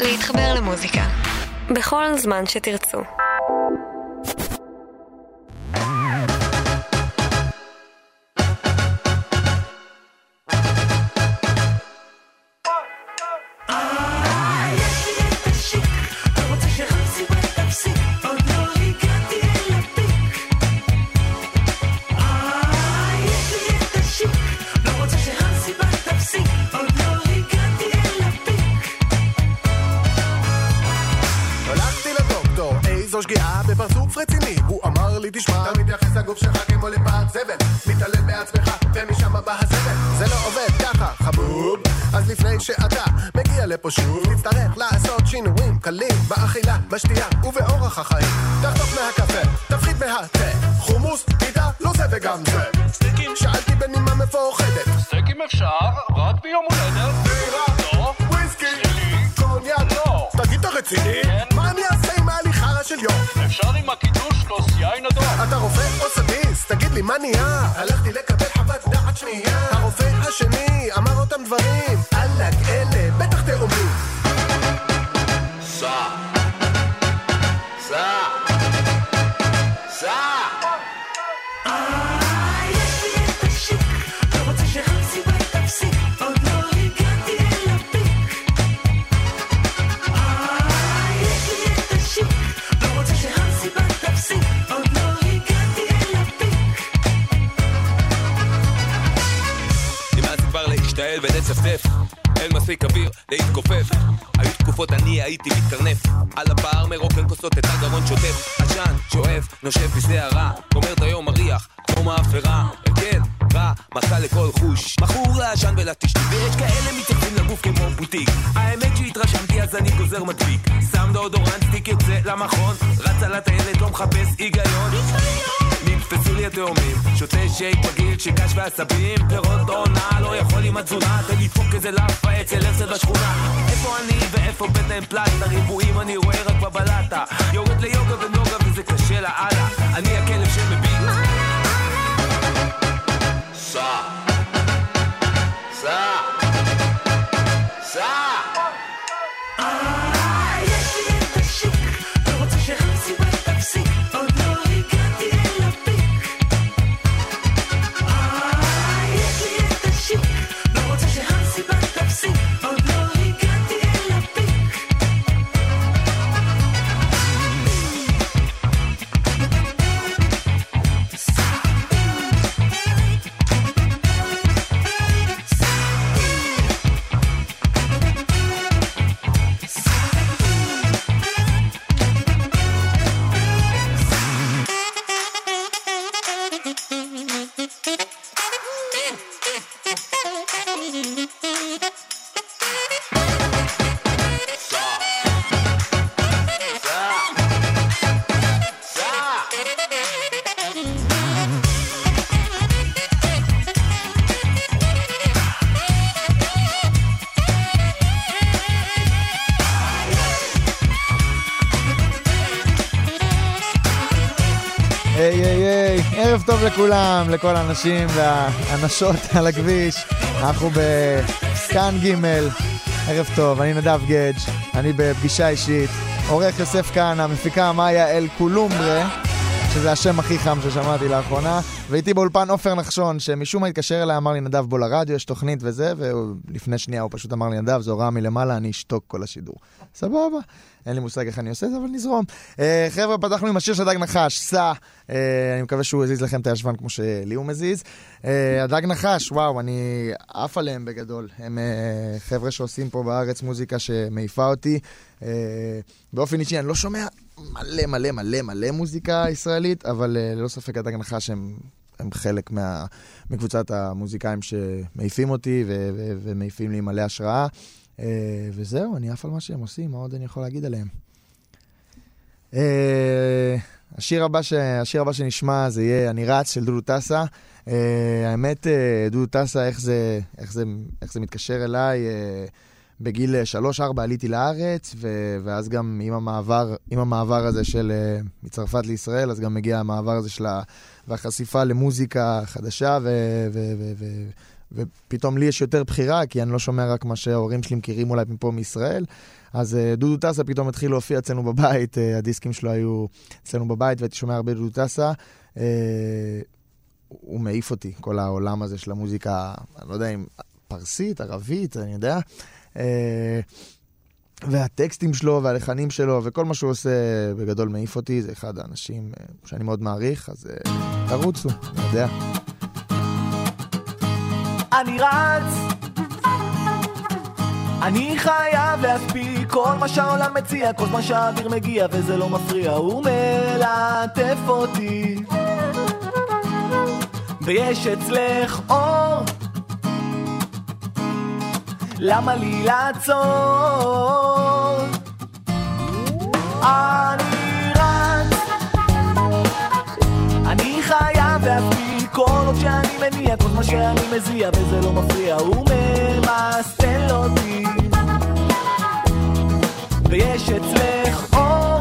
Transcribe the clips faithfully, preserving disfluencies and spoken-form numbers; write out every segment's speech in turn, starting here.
להתחבר למוזיקה בכל זמן שתרצו. שגיאה בפרצוף רציני, הוא אמר לי תשמע, אתה מתייחס לגוף שלך כמו לפעת זבל, מתעלל בעצמך ומשם בא הזבל, זה לא עובד ככה חבוב, אז לפני שאתה מגיע לפה שוב תצטרך לעשות שינויים קלים באכילה, בשתייה ובאורח החיים, תחתוך מהקפה, תפחית מהתה, חומוס, פיתה, לא זה וגם זה, סטייקים, שאלתי בנימה מפוחדת, סטייקים אפשר, רק ביום הולדת, בירה, לא, וויסקי, קוניאק, לא, תגיד אתה רציני? מה אני אעשה עם ההליכה של יום? אפשר עם הקידוש כוס יין אדום. אתה רופא או סדיסט? תגיד לי מה נהיה? הלכתי לקבל חוות דעת שנייה. הרופא השני אמר אותם דברים אלק אלה בטח תאומים. סע סע סע יש לי את השיק, לא רוצה שהמסיבה תפסיק, עוד לא הגעתי אל הפיק. יש לי את השיק, לא רוצה שהמסיבה תפסיק, עוד לא הגעתי אל הפיק. נמאס כבר להשתעל ולצפצף, אין מספיק אוויר להתכופף. היו תקופות אני הייתי מתקרנף על הבר מרוקן כוסות את הגרון שוטף, עשן, שואף, נושף בשערה, גומר את היום מריח כמו מאפרה, הרגל, רע, מסע לכל חוש, מכור לעשן ולתשתית, ויש כאלה מתייחסים לגוף כמו בוטיק. האמת שהתרשמתי אז אני גוזר מדביק, שם דאודורנט, סטיק את זה למכון, רץ על הטיילת, לא מחפש היגיון, נתפסו לי התאומים, שותה שייק בגיל, שיקש ועשבים, פירות עונה, לא יכול עם התזונה, תן לדפוק איזה לאפה אצל הרצל בשכונה. איפה אני ואיפה בית להם פלט, הריבועים אני רואה רק בבלטה, יורד ליוגה ונוגה וזה קשה לאללה, אני הכלב שמביט. סע סע סע יש לי את השיק, לא רוצה שהמסיבה תפסיק, עוד לא הגעתי אל הפיק. יש לי את השיק, לא רוצה שהמסיבה תפסיק, עוד לא הגעתי אל הפיק. היי היי היי, ערב טוב לכולם, לכל האנשים והאנשות על הכביש. אנחנו בכאן ג', ערב טוב, אני נדב גדג', אני בפגישה אישית, עורך יוסף כאן, המפיקה מאיה אל קולומברה, שזה השם הכי חם ששמעתי לאחרונה, ואיתי באולפן אופר נחשון, שמשום מה התקשר אליי, אמר לי נדב בוא לרדיו, יש תוכנית וזה, ולפני שנייה הוא פשוט אמר לי נדב, זו הוראה מלמעלה, אני אשתוק כל השידור. סבבה, אין לי מושג איך אני עושה את זה, אבל נזרום. אה, חבר'ה, פתחנו עם השיר של דג נחש, סע, אה, אני מקווה שהוא הזיז לכם את הישבן כמו שלי הוא מזיז. אה, הדג נחש, וואו, אני עף עליהם בגדול. הם אה, חבר'ה שעושים פה בארץ מוזיקה שמעיפה אותי. אה, באופן אישי, אני לא שומע מלא מלא מלא מלא מוזיקה ישראלית, אבל אה, ללא ספק הדג נחש הם... הם חלק מה, מקבוצת המוזיקאים שמעיפים אותי ו- ו- ומעיפים לי מלא השראה. Uh, וזהו, אני אף על מה שהם עושים, מה עוד אני יכול להגיד עליהם. Uh, השיר הבא, ש... השיר הבא שנשמע זה יהיה אני רץ של דודו טסה. Uh, האמת, uh, דודו טסה, איך זה, איך זה, איך זה מתקשר אליי, uh, בגיל שלוש ארבע עליתי לארץ, ו... ואז גם עם המעבר, עם המעבר הזה של uh, מצרפת לישראל, אז גם מגיע המעבר הזה של ה... והחשיפה למוזיקה חדשה, ו... ו... ו... ו... ופתאום לי יש יותר בחירה, כי אני לא שומע רק מה שההורים שלי מכירים אולי מפה מישראל, אז דודו טסה פתאום התחיל להופיע אצלנו בבית, הדיסקים שלו היו אצלנו בבית, והייתי שומע הרבה דודו טסה, הוא מעיף אותי, כל העולם הזה של המוזיקה, אני לא יודע אם פרסית, ערבית, אני יודע, והטקסטים שלו והלחנים שלו וכל מה שהוא עושה בגדול מעיף אותי, זה אחד האנשים שאני מאוד מעריך, אז תרוצו, אני יודע. אני רץ, אני חייב להספיק כל מה שהעולם מציע, כל מה שהאוויר מגיע וזה לא מפריע, הוא מלטף אותי ויש אצלך אור, למה לי לעצור? אני רץ, אני חייב להספיק כל עוד שאני מניע, כל מה שאני מזיע וזה לא מפריע, הוא ממסטל אותי ויש אצלך אור,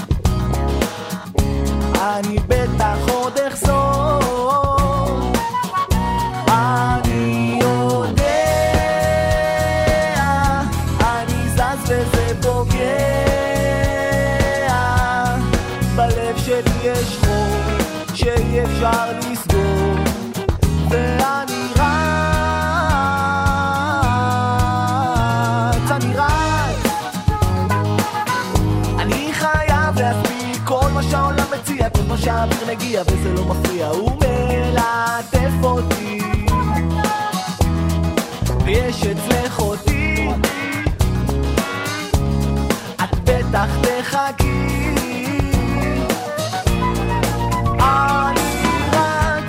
אני בטח עוד אחזור, אני יודע, אני זז וזה פוגע, בלב שלי יש חור שאי אפשר לסגור, ואני רץ, אני רץ, אני חייב להספיק כל מה שהעולם מציע, כל מה שהאוויר מגיע וזה לא מפריע, הוא מלטף אותי ויש אצלך אותי, את בטח תחכי, אני רץ,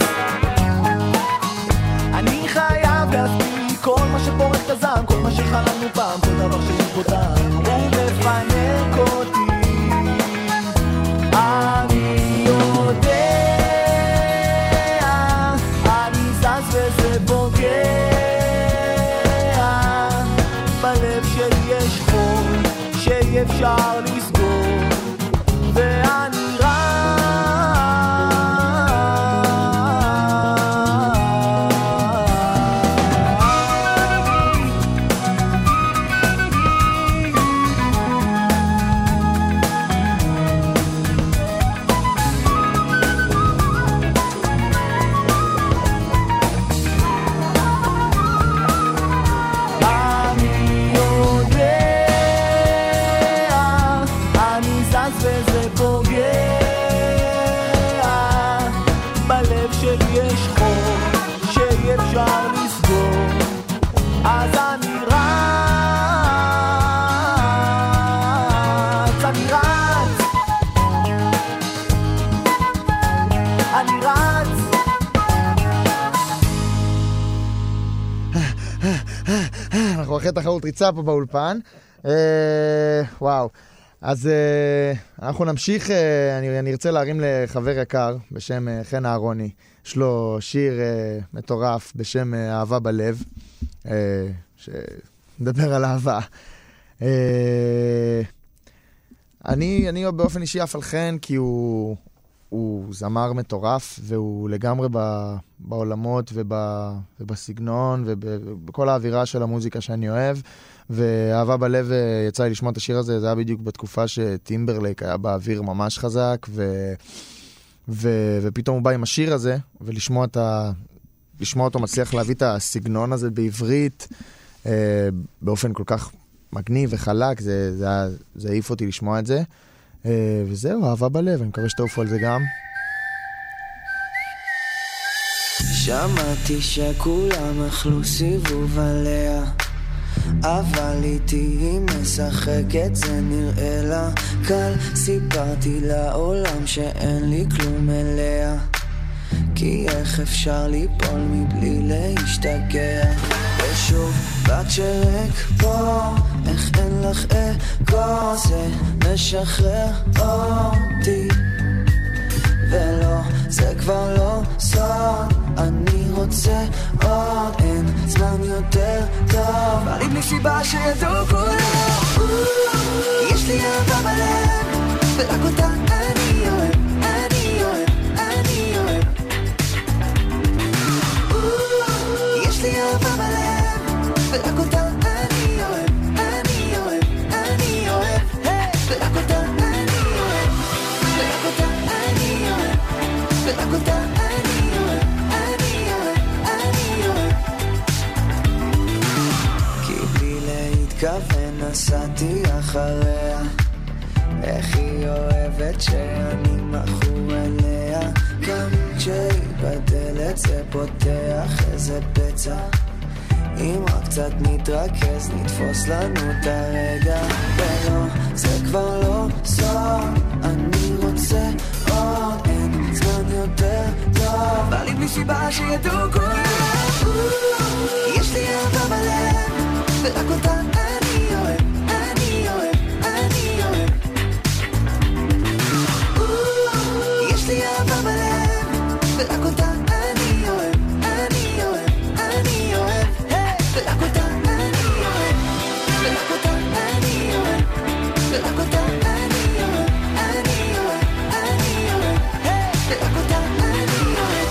אני חייב להספיק כל מה שפורק את הזעם, כל מה שחלמנו פעם, כל דבר שיש בו טעם, הוא מפנק אותי, אני יודע, אני זז וזה פוגע, בלב שלי יש חור שאי אפשר לסגור, ואני רץ, אחרי תחרות ריצה פה באולפן. וואו. אז אנחנו נמשיך, אני ארצה להרים לחבר יקר בשם חן אהרוני. יש לו שיר מטורף בשם אהבה בלב, שמדבר על אהבה. אני, אני באופן אישי אף על חן, כי הוא, הוא זמר מטורף, והוא לגמרי בעולמות ובסגנון ובכל האווירה של המוזיקה שאני אוהב. ואהבה בלב יצא לי לשמוע את השיר הזה, זה היה בדיוק בתקופה שטימברלייק היה באוויר ממש חזק, ו, ו, ופתאום הוא בא עם השיר הזה, ולשמוע את ה, לשמוע אותו מצליח להביא את הסגנון הזה בעברית, אה, באופן כל כך מגניב וחלק, זה, זה, זה העיף אותי לשמוע את זה. אה, וזהו, אהבה בלב, אני מקווה שתעופו על זה גם. שמעתי שכולם אכלו סיבוב עליה, אבל איתי היא משחקת, זה נראה לה קל. סיפרתי לעולם שאין לי כלום אליה, כי איך אפשר ליפול מבלי להשתגע. ושוב בת שרק פה, איך אין לך אגו, זה משחרר אותי. ולא, זה כבר לא סוד, אני רוצה עוד, אין זמן יותר טוב, בלי בלי סיבה שידעו כולם. יש לי אהבה בלב, ורק אותה אני אוהב, אני אוהב, אני אוהב. יש לי אהבה מתכוון נסעתי אחריה, איך היא אוהבת שאני מכור אליה, גם כשהיא בדלת זה פותח איזה פצע, אם רק קצת נתרכז נתפוס לנו את הרגע, ולא, זה כבר לא סוף, אני רוצה עוד, אין זמן יותר טוב, בא לי בלי סיבה שידעו כולם, יש לי אהבה בלב, ורק אותה אני אוהב, אני אוהב, אני אוהב, יש לי אהבה בלב, ורק אותה אני אוהב, אני אוהב, אני אוהב, ורק אותה אני אוהב, ורק אותה אני אוהב, ורק אותה אני אוהב, אני אוהב, אני אוהב, ורק אותה אני אוהב.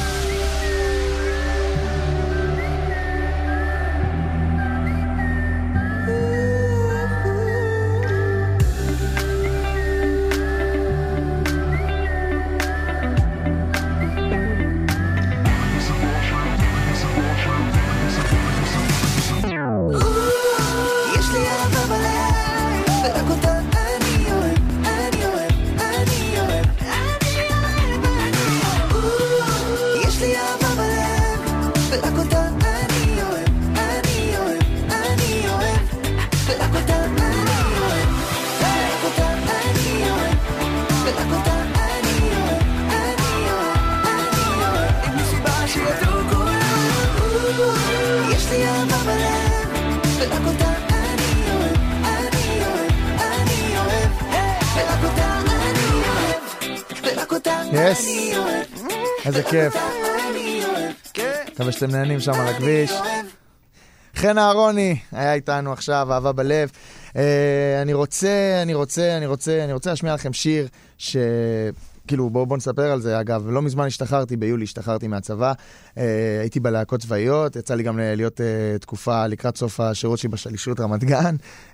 יס, איזה כיף. מקווה שאתם נהנים שם על הכביש. חן אהרוני היה איתנו עכשיו, אהבה בלב. אני רוצה, אני רוצה, אני רוצה, אני רוצה להשמיע לכם שיר ש... כאילו, בואו בוא נספר על זה. אגב, לא מזמן השתחררתי, ביולי השתחררתי מהצבא. הייתי בלהקות צבאיות, יצא לי גם להיות תקופה לקראת סוף השירות שלי בשלישות רמת גן.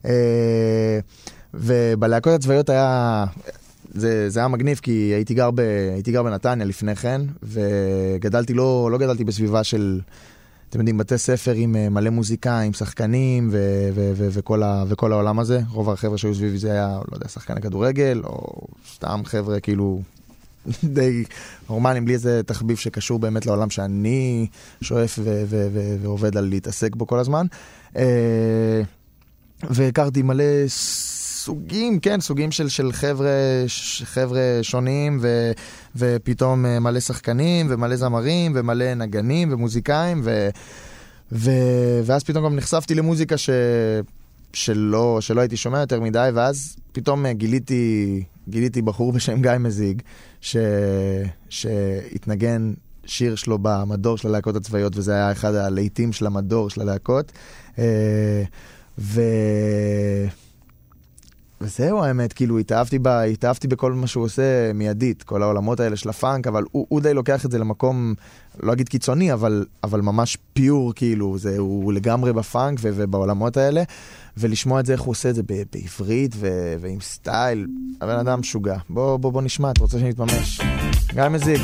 ובלהקות הצבאיות היה... זה, זה היה מגניב, כי הייתי גר, ב, הייתי גר בנתניה לפני כן, וגדלתי, לא, לא גדלתי בסביבה של, אתם יודעים, בתי ספר עם מלא מוזיקה, עם שחקנים ו, ו, ו, וכל, ה, וכל העולם הזה. רוב החבר'ה שהיו סביבי זה היה, לא יודע, שחקני כדורגל, או סתם חבר'ה כאילו די נורמליים, בלי איזה תחביב שקשור באמת לעולם שאני שואף ו, ו, ו, ועובד על להתעסק בו כל הזמן. והכרתי מלא... סוגים, כן, סוגים של, של חבר'ה, חבר'ה שונים, ו, ופתאום מלא שחקנים, ומלא זמרים, ומלא נגנים, ומוזיקאים, ו, ו, ואז פתאום גם נחשפתי למוזיקה ש, שלא, שלא הייתי שומע יותר מדי, ואז פתאום גיליתי, גיליתי בחור בשם גיא מזיג, ש, שהתנגן שיר שלו במדור של הלהקות הצבאיות, וזה היה אחד הלהיטים של המדור של הלהקות, ו... וזהו האמת, כאילו התאהבתי, בה, התאהבתי בכל מה שהוא עושה מיידית, כל העולמות האלה של הפאנק, אבל הוא, הוא די לוקח את זה למקום, לא אגיד קיצוני, אבל, אבל ממש פיור, כאילו, זה, הוא לגמרי בפאנק ו, ובעולמות האלה, ולשמוע את זה, איך הוא עושה את זה ב, בעברית ו, ועם סטייל, הבן אדם שוגע. בוא, בוא, בוא נשמע, אתה רוצה שנתממש. גיא מזיג.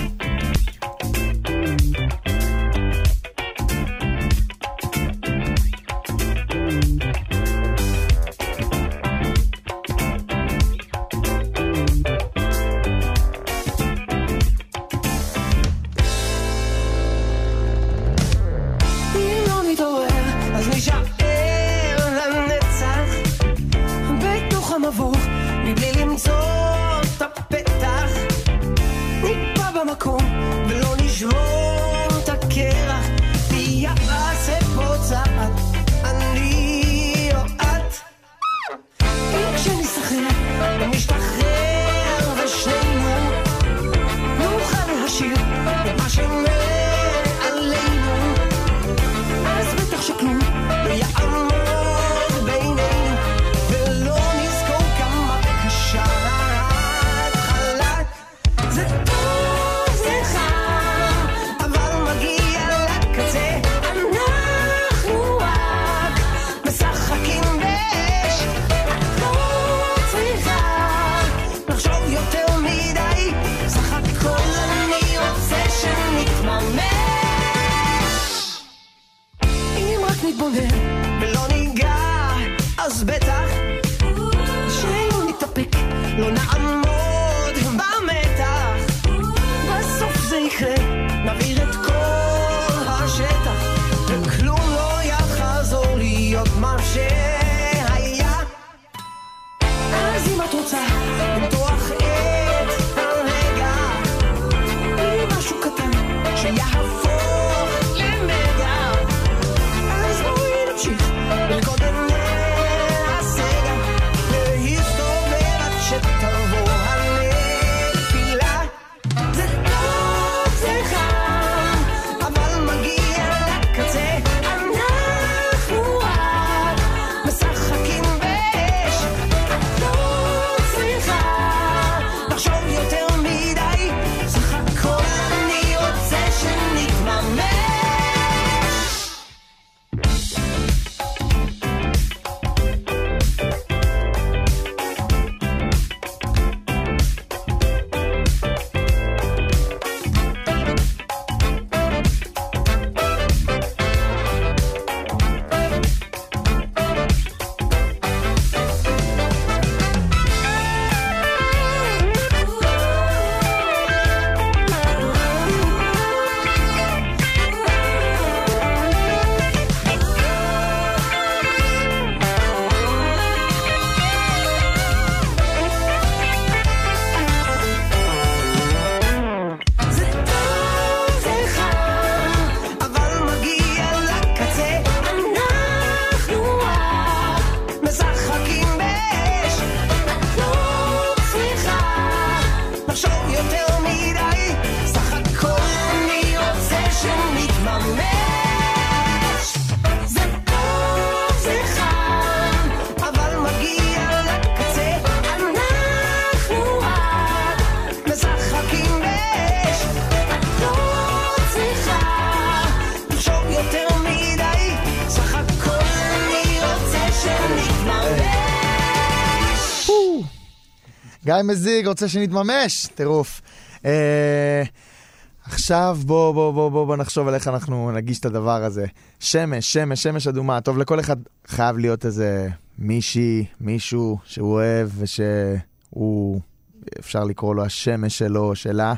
ולא ניגע אז בטח שלא נתאפק, לא נעמוד במתח, בסוף זה יקרה, נעביר את כל השטח, וכלום לא יחזור להיות מה שהיה. אז אם את רוצה למתוח את הרגע, בלי משהו קטן שיהפוך למגע, אז בואי נמשיך ולקודם להשגה, להסתובב עד שתבוא הנפילה. זה טוב, זה חם, אבל מגיע לקצה, אנחנו רק משחקים באש. את לא צריכה לחשוב יותר מדי, סך הכל אני רוצה שנתממש. גיא מזיג רוצה שנתממש, טירוף. אה, עכשיו בוא, בוא, בוא, בוא, בוא נחשוב על איך אנחנו נגיש את הדבר הזה. שמש, שמש, שמש אדומה. טוב, לכל אחד חייב להיות איזה מישהי, מישהו שהוא אוהב ושהוא, אפשר לקרוא לו השמש שלו או שלה.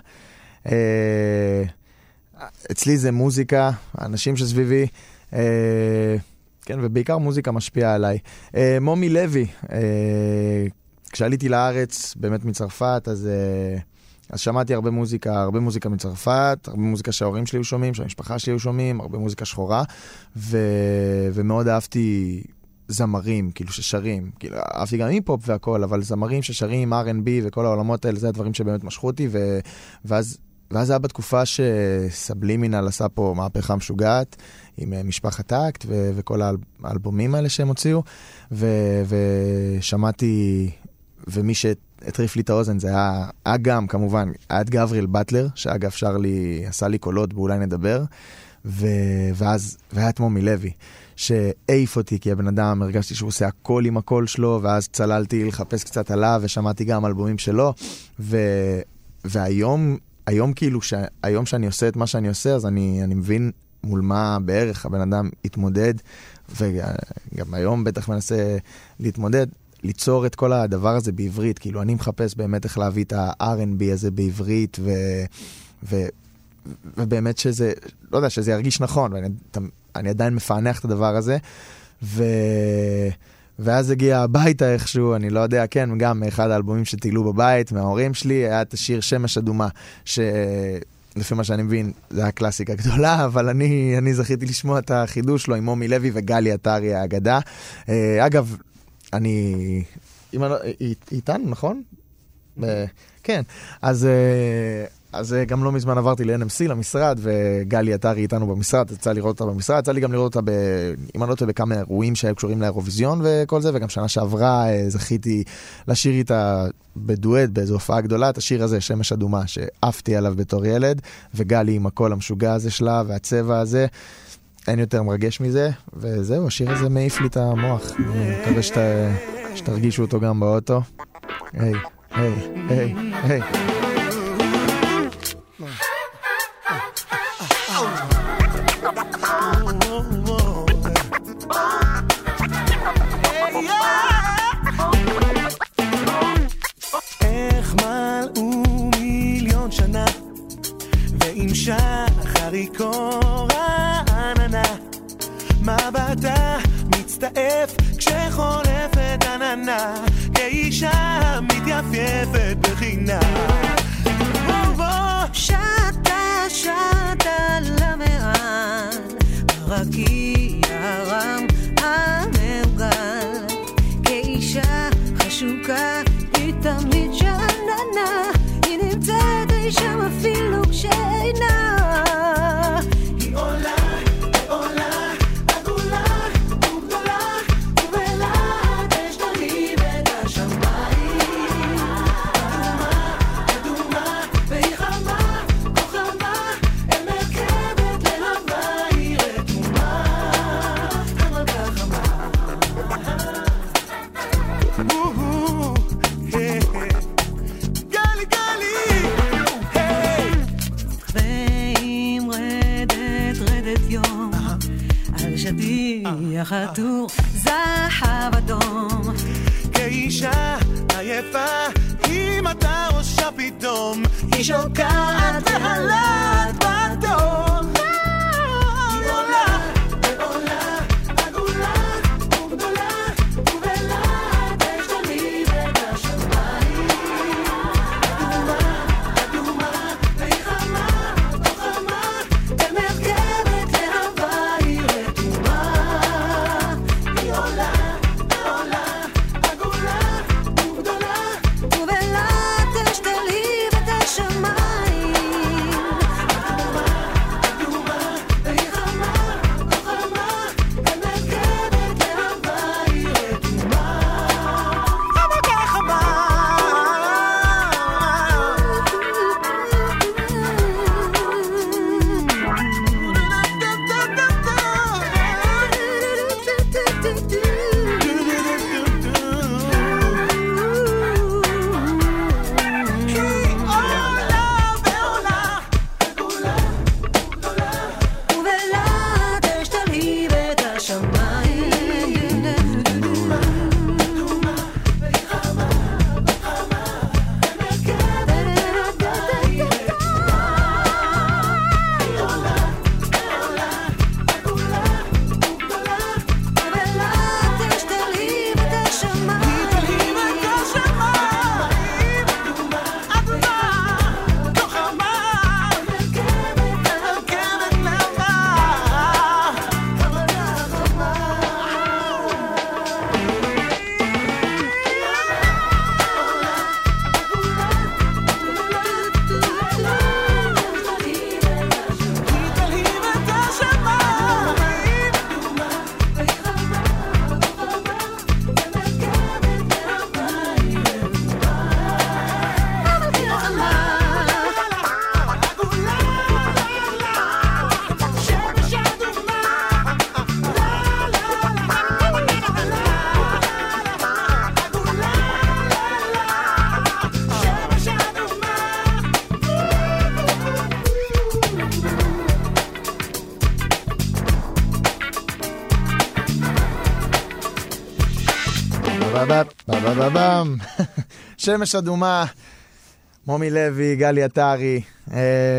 אה, אצלי זה מוזיקה, האנשים שסביבי, אה, כן, ובעיקר מוזיקה משפיעה עליי. אה, מומי לוי, אה, כשעליתי לארץ, באמת מצרפת, אז, אז שמעתי הרבה מוזיקה, הרבה מוזיקה מצרפת, הרבה מוזיקה שההורים שלי היו שומעים, שהמשפחה שלי היו שומעים, הרבה מוזיקה שחורה, ו, ומאוד אהבתי זמרים, כאילו ששרים, כאילו, אהבתי גם היפ-הופ והכל, אבל זמרים ששרים, אר אנד בי וכל העולמות האלה, זה הדברים שבאמת משכו אותי, ו, ואז, ואז היה בתקופה שסבלימינל עשה פה מהפכה משוגעת, עם משפחת טקט ו, וכל האלבומים האלה שהם הוציאו, ו, ושמעתי... ומי שהטריף לי את האוזן זה היה, היה גם כמובן, היה את גבריאל בטלר, שאגב שר לי, עשה לי קולות באולי נדבר, ו... ואז, והיה את מומי לוי, שהעיף אותי, כי הבן אדם הרגשתי שהוא עושה הכל עם הקול שלו, ואז צללתי לחפש קצת עליו, ושמעתי גם אלבומים שלו, ו... והיום, היום כאילו, ש... היום שאני עושה את מה שאני עושה, אז אני, אני מבין מול מה בערך הבן אדם התמודד, וגם היום בטח מנסה להתמודד, ליצור את כל הדבר הזה בעברית, כאילו אני מחפש באמת איך להביא את ה-אר אנד בי הזה בעברית, ו, ו, ובאמת שזה, לא יודע, שזה ירגיש נכון, ואני אני עדיין מפענח את הדבר הזה, ו, ואז הגיע הביתה איכשהו, אני לא יודע, כן, גם אחד האלבומים שתגלו בבית, מההורים שלי, היה את השיר שמש אדומה, שלפי מה שאני מבין, זה היה קלאסיקה גדולה, אבל אני, אני זכיתי לשמוע את החידוש לו עם מומי לוי וגלי עטרי האגדה. אגב, אני... היא איתנו, נכון? כן. אז גם לא מזמן עברתי ל-אן אם סי למשרד, וגלי עטרי איתנו במשרד, יצא לראות אותה במשרד, יצא לי גם לראות אותה, אם אני לא טועה, בכמה אירועים שהיו קשורים לאירוויזיון וכל זה, וגם שנה שעברה זכיתי לשיר איתה בדואט, באיזו הופעה גדולה, את השיר הזה, שמש אדומה, שאהבתי עליו בתור ילד, וגלי עם הקול המשוגע הזה שלה, והצבע הזה, אין יותר מרגש מזה, וזהו, השיר הזה מעיף לי את המוח. אני מקווה שתרגישו אותו גם באוטו. היי, היי, היי, היי. Yeah. מסתעף כשחולפת עננה כאישה מתייפייפת בחינה שתה שתה למען הרקיע הרם המעוגל כאישה חשוקה היא תמיד שננה היא נמצאת אי שם אפילו כשאינה היא עולה החתור זהב אדום כאישה עייפה אם אתה ראשה פתאום היא שוקעת בהלת בדום היא עולה ועולה עגולה וגדולה ובלעת אשתלי ואת השמיים אדומה אדומה והיא חמה לא חמה במרכבת להבה היא רתומה בבבם, שמש אדומה, מומי לוי, גלי עטרי. אה,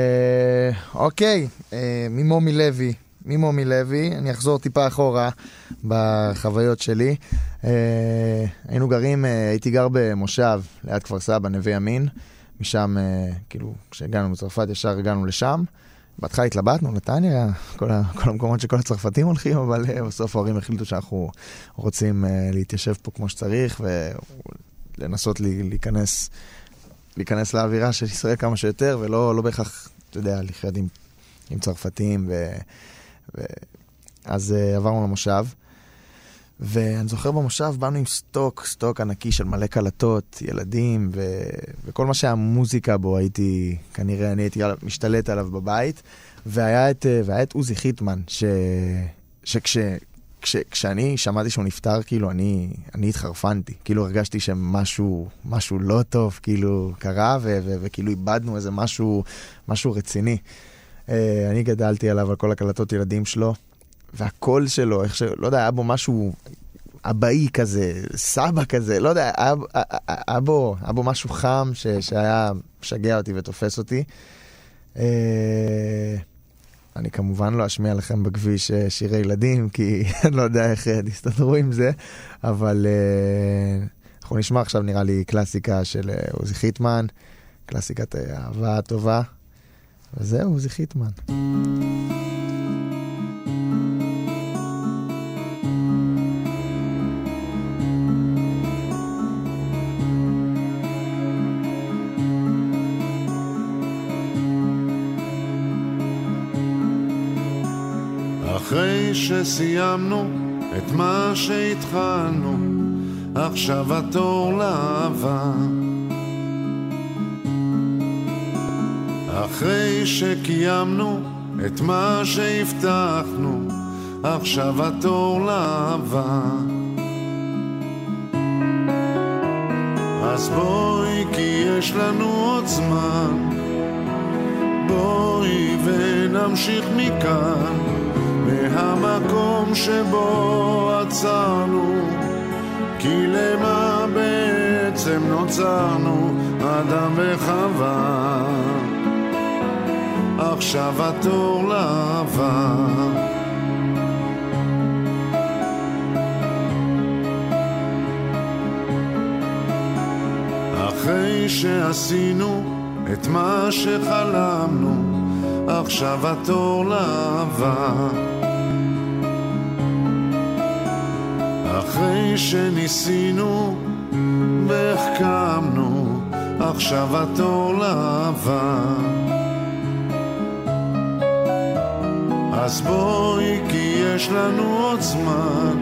אוקיי, אה, ממומי לוי, ממומי לוי, אני אחזור טיפה אחורה בחוויות שלי. אה, היינו גרים, אה, הייתי גר במושב ליד כפר סבא, נווה ימין. משם, אה, כאילו, כשהגענו מצרפת ישר הגענו לשם. בהתחלה התלבטנו, נתניה, כל, ה, כל המקומות שכל הצרפתים הולכים, אבל uh, בסוף ההורים החליטו שאנחנו רוצים uh, להתיישב פה כמו שצריך, ולנסות לי, להיכנס, להיכנס לאווירה של ישראל כמה שיותר, ולא לא בהכרח, אתה יודע, לחיות עם, עם צרפתים, ו, ו, אז uh, עברנו למושב, ואני זוכר במושב, באנו עם סטוק, סטוק ענקי של מלא קלטות, ילדים, ו... וכל מה שהיה מוזיקה בו, הייתי, כנראה, אני הייתי משתלט עליו בבית, והיה את, והיה את עוזי חיטמן, ש... שכש... כש... כשאני שמעתי שהוא נפטר, כאילו, אני, אני התחרפנתי, כאילו הרגשתי שמשהו, משהו לא טוב, כאילו, קרה, ו... ו... וכאילו איבדנו איזה משהו, משהו רציני. אני גדלתי עליו על כל הקלטות ילדים שלו, והקול שלו, איך ש... לא יודע, היה בו משהו אבאי כזה, סבא כזה, לא יודע, היה, היה, בו, היה בו משהו חם ש... שהיה משגע אותי ותופס אותי. אני כמובן לא אשמיע לכם בכביש שירי ילדים, כי אני לא יודע איך תסתדרו עם זה, אבל אנחנו נשמע עכשיו נראה לי קלאסיקה של עוזי חיטמן, קלאסיקת האהבה הטובה, וזהו, עוזי חיטמן. אחרי שסיימנו את מה שהתחלנו, עכשיו התור לאהבה. אחרי שקיימנו את מה שהבטחנו, עכשיו התור לאהבה. אז בואי כי יש לנו עוד זמן, בואי ונמשיך מכאן, מהמקום שבו עצרנו, כי למה בעצם נוצרנו, אדם וחווה. עכשיו התור לאהבה. אחרי שעשינו את מה שחלמנו, עכשיו התור לאהבה. אחרי שניסינו והחכמנו, עכשיו התור לאהבה. אז בואי כי יש לנו עוד זמן,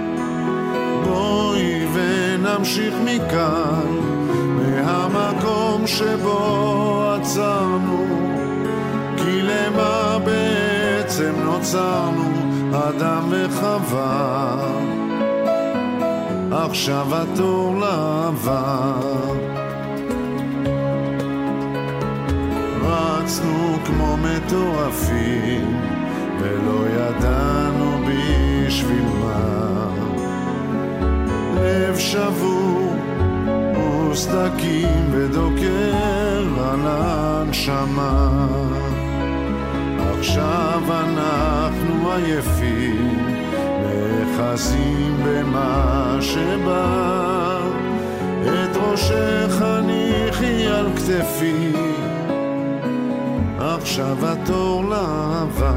בואי ונמשיך מכאן, מהמקום שבו עצרנו, כי למה בעצם נוצרנו, אדם וחווה. עכשיו התור לאהבה. רצנו כמו מטורפים ולא ידענו בשביל מה, לב שבור וסדקים ודוקר על הנשמה. עכשיו אנחנו עייפים, נחזים במה שבא, את ראשך הניחי על כתפי, עכשיו התור לאהבה.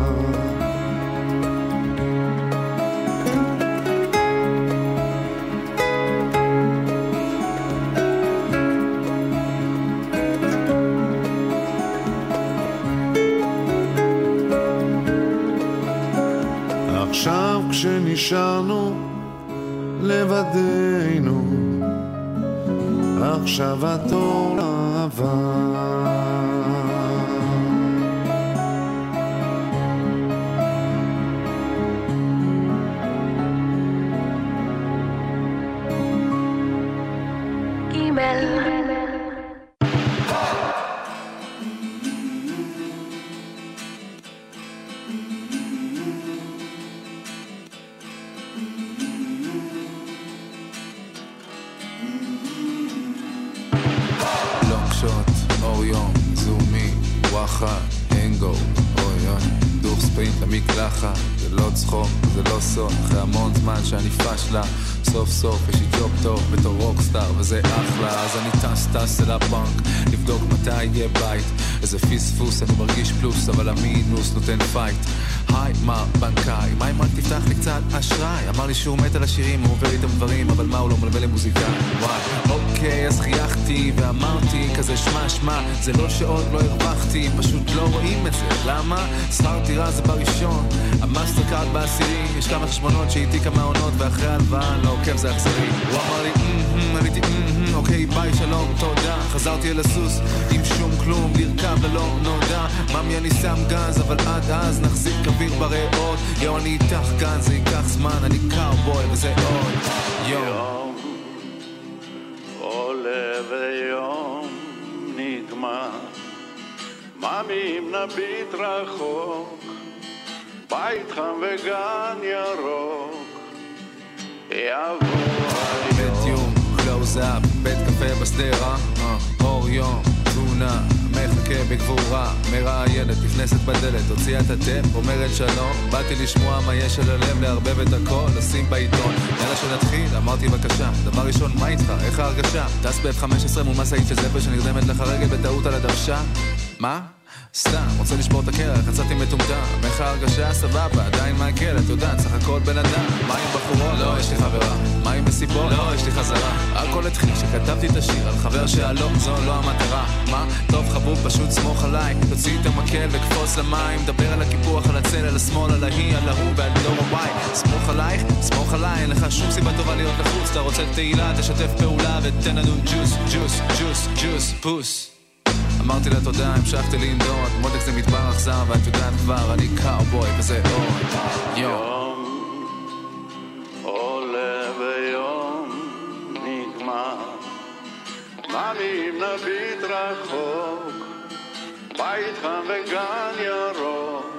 עכשיו כשנשארנו לבדנו, עכשיו התור לאהבה. שאני פשלה, סוף סוף יש לי ג'וב טוב בתור רוקסטאר וזה אחלה. אז אני טס טס אל הבנק לבדוק מתי יהיה בית, איזה פיספוס אני מרגיש פלוס אבל המינוס נותן פייט. היי מה בנקאי, מה אם רק תפתח לי קצת אשראי? אמר לי שהוא מת על השירים, הוא עובר איתם דברים, אבל מה הוא לא מלווה למוזיקאי? וואי אוקיי אז חייכתי ואמרתי כזה שמה שמה, זה לא שעוד לא הרווחתי, פשוט לא רואים את זה. למה? שכר דירה זה בראשון, המאסטר קארד בעשירי, יש כמה חשבונות שהייתי כמה עונות ואחרי הלוואה לא עוקב זה אכזרי. הוא אמר לי אממ, עליתי אממ, אוקיי ביי שלום תודה, חזרתי אל הסוס עם שום כלום, לרכב ללא נודע, ממי אני שם גז אבל עד אז נחזיק אוויר בריאות, יו אני איתך כאן זה ייקח זמן, אני קאובוי וזה עוד יום עולה ויום נגמר, ממי אם נביט רחוק, בית חם וגן ירוק, יבוא היום בית יום, קלוז אפ, בית קפה בסדרה, אור יום, תמונה, מחכה בגבורה, מראיינת, נכנסת בדלת, הוציאה את הטפ, אומרת שלום, באתי לשמוע מה יש על הלב, להרבב את הכל, לשים בעיתון. יאללה שנתחיל, אמרתי בבקשה, דבר ראשון, מה איתך? איך ההרגשה? טס ב-אף חמש עשרה מול מסעית של זפר שנרדמת לך רגל בטעות על הדרשה? מה? סתם, רוצה לשבור את הקרח, יצאתי מטומטם, איך ההרגשה? סבבה, עדיין מעכל, את יודעת, סך הכל בן אדם. מה עם בחורות? לא, יש לי חברה. מה עם מסיבות? לא, יש לי חזרה. הכל התחיל שכתבתי את השיר על חבר שהלום, זו לא המטרה. מה? טוב חבוב, פשוט סמוך עליי, תוציא את המקל וקפוץ למים, דבר על הקיפוח, על הצל, על השמאל, על ההיא, על ההוא ועל דור הוואי. סמוך עלייך, סמוך עליי, אין לך שום סיבה טובה להיות לחוץ, אתה רוצה תהילה, תשתף פעולה ותן לנו ג'וס, ג'וס, ג'וס, ג'וס, פוס. אמרתי לה תודה, המשכתי לנדוד, מותק זה מדבר אכזר, ואת יודעת כבר, אני קאובוי וזה עוד יום עולה ויום נגמר, מה אם נביט רחוק, בית חם וגן ירוק,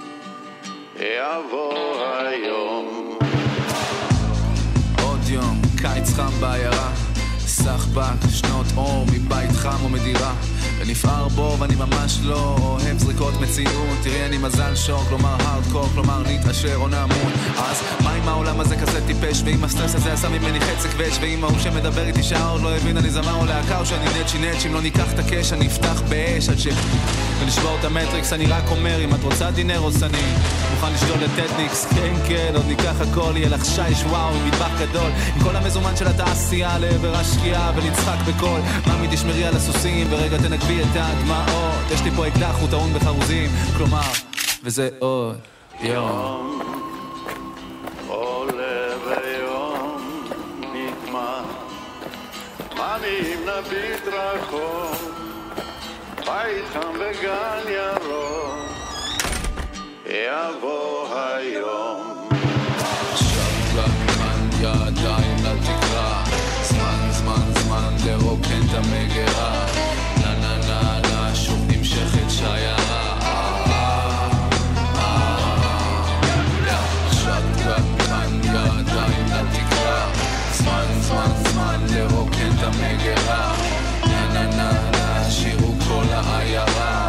יבוא היום. עוד יום, קיץ חם בעיירה, סחבק, שנות אור מבית חם ומדירה, ונפער בו ואני ממש לא אוהב זריקות מציאות. תראי אני מזל שוק, כלומר הארדקור, כלומר נתעשר או נמות. אז מה אם העולם הזה כזה טיפש, ואם הסטרס הזה עשה ממני חצי כבש, ואם ההוא שמדבר איתי שעוד לא הבין אני זמר או להקה, או שאני נצ'י נצ'י, אם לא ניקח את הקש אני אפתח באש עד ש... ולשבור את המטריקס. אני רק אומר, אם את רוצה דינר עושני, מוכן לשדול את טטניקס, כן כן, עוד ניקח הכל, יהיה לך שיש וואו עם מטבח גדול, עם כל המזומן של התעשייה לעבר השקיעה, ונצחק בכל ממי תשמרי על הסוסים ורגע תנגבי את הדמעות. יש לי פה אקדח, הוא טעון בחרוזים, כלומר, וזה עוד יום עולה ויום נגמר, מה אם נביט רחוק, בית חם וגן ירוק, יבוא היום. שקלן ידיים לתקרה, זמן זמן זמן לרוקן את המגרה, נה נה נה נה שוב נמשכת שיירה. שקלן ידיים לתקרה, זמן זמן זמן לרוקן את המגרה, נה נה נה נה שירו כל העיירה.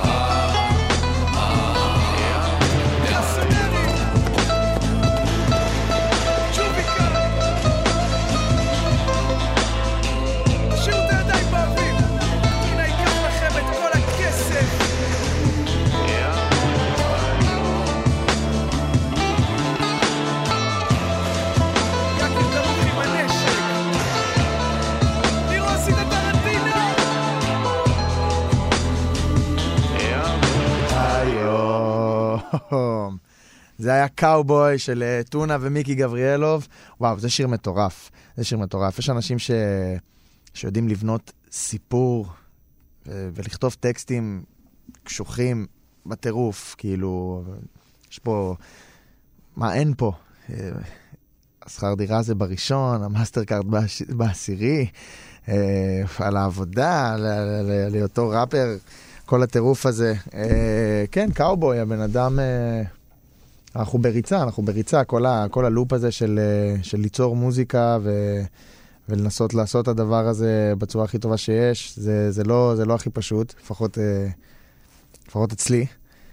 זה היה קאובוי של טונה ומיקי גבריאלוב. וואו, זה שיר מטורף. זה שיר מטורף. יש אנשים ש... שיודעים לבנות סיפור ו... ולכתוב טקסטים קשוחים בטירוף. כאילו, יש פה... מה אין פה? השכר דירה זה בראשון, המאסטר קארד בעש... בעשירי, על העבודה, לאותו ראפר, כל הטירוף הזה. כן, קאובוי, הבן אדם... אנחנו בריצה, אנחנו בריצה, כל, ה, כל הלופ הזה של, של ליצור מוזיקה ו, ולנסות לעשות את הדבר הזה בצורה הכי טובה שיש, זה, זה, לא, זה לא הכי פשוט, לפחות, לפחות אצלי.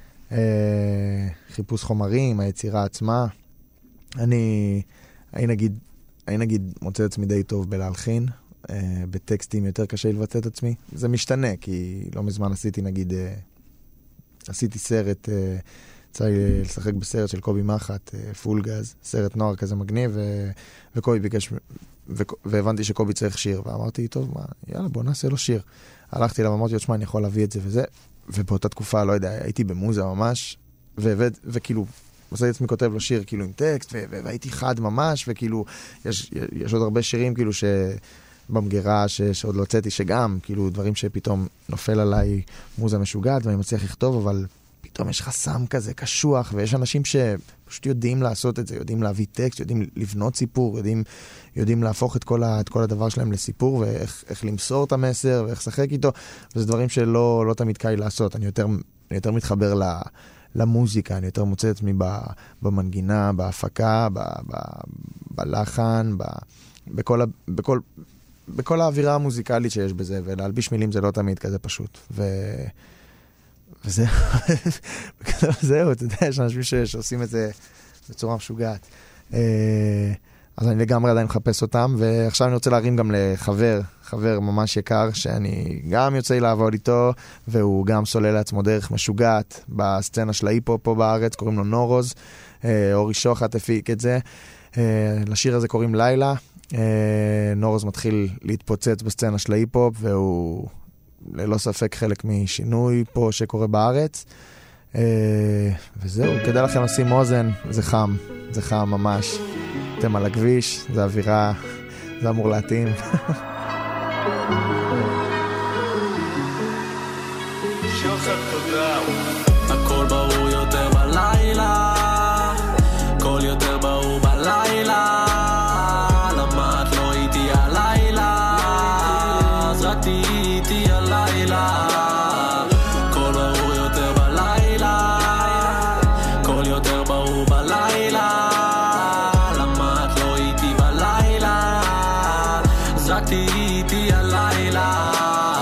חיפוש חומרים, היצירה עצמה. אני, אני נגיד, אני נגיד מוצא את עצמי די טוב בלהלחין, בטקסטים יותר קשה לבצע את עצמי. זה משתנה, כי לא מזמן עשיתי נגיד, עשיתי סרט... צריך לשחק בסרט של קובי מחט, פול גז, סרט נוער כזה מגניב, ו- וקובי ביקש, ו- והבנתי שקובי צריך שיר, ואמרתי, טוב, מה, יאללה, בוא נעשה לו שיר. הלכתי אליו, אמרתי, שמה, אני יכול להביא את זה וזה, ובאותה תקופה, לא יודע, הייתי במוזה ממש, ו- ו- וכאילו, עושה את עצמי כותב לו שיר, כאילו, עם טקסט, ו- ו- והייתי חד ממש, וכאילו, יש, יש עוד הרבה שירים, כאילו, ש... במגירה ש- שעוד לא הוצאתי, שגם, כאילו, דברים שפתאום נופל עליי מוזה משוגעת, ואני מצליח לכתוב, אבל פתאום יש חסם כזה קשוח, ויש אנשים שפשוט יודעים לעשות את זה, יודעים להביא טקסט, יודעים לבנות סיפור, יודעים, יודעים להפוך את כל, ה, את כל הדבר שלהם לסיפור, ואיך איך למסור את המסר, ואיך לשחק איתו, וזה דברים שלא לא תמיד קל לעשות. אני יותר, אני יותר מתחבר ל, למוזיקה, אני יותר מוצא את עצמי במנגינה, בהפקה, ב, ב, בלחן, ב, בכל, בכל, בכל האווירה המוזיקלית שיש בזה, ולהלביש מילים זה לא תמיד כזה פשוט. ו... וזה, זהו, אתה יודע, יש אנשים שעושים את זה בצורה משוגעת. אז אני לגמרי עדיין מחפש אותם, ועכשיו אני רוצה להרים גם לחבר, חבר ממש יקר, שאני גם יוצא לי לעבוד איתו, והוא גם סולל לעצמו דרך משוגעת בסצנה של ההיפ-הופ פה בארץ, קוראים לו נורוז, אורי שוחט הפיק את זה. לשיר הזה קוראים לילה, נורוז מתחיל להתפוצץ בסצנה של ההיפ-הופ, והוא ללא ספק חלק משינוי פה שקורה בארץ. וזהו, כדאי לכם לשים אוזן, זה חם, זה חם ממש. אתם על הכביש, זה אווירה, זה אמור להתאים. הכל ברור יותר בלילה, הכל יותר ברור בלילה, למה את לא איתי הלילה, אז רק תהי איתי הלילה. הכל ברור יותר בלילה, הכל יותר ברור בלילה, איתי הלילה.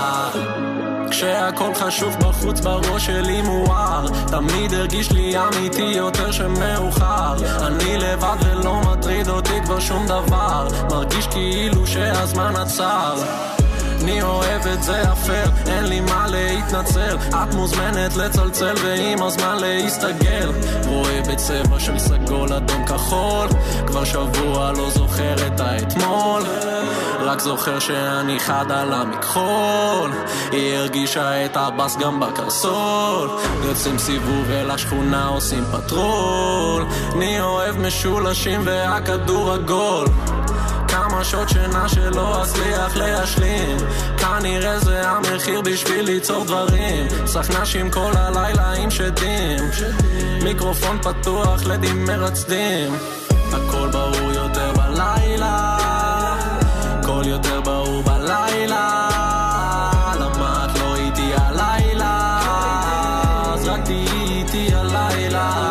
כשהכל חשוב בחוץ בראש שלי מואר, תמיד הרגיש לי אמיתי יותר שמאוחר. אני לבד ולא מטריד אותי כבר שום דבר, מרגיש כאילו שהזמן עצר. אני אוהב את זה אפר, אין לי מה להתנצל, את מוזמנת לצלצל ועם הזמן להסתגל. רואה בצבע של סגול אדום כחול, כבר שבוע לא זוכר את האתמול, רק זוכר שאני חד על המכחול. היא הרגישה את הבס גם בקרסול, יוצאים סיבוב אל השכונה עושים פטרול. אני אוהב משולשים והכדור עגול, כמה שעות שינה שלא אצליח להשלים, כנראה זה המחיר בשביל ליצור דברים. סכנשים כל הלילה עם שדים, מיקרופון פתוח לדים מרצדים. הכל ברור יותר בלילה, הכל יותר ברור בלילה, למה את לא איתי הלילה, אז רק תהי איתי הלילה.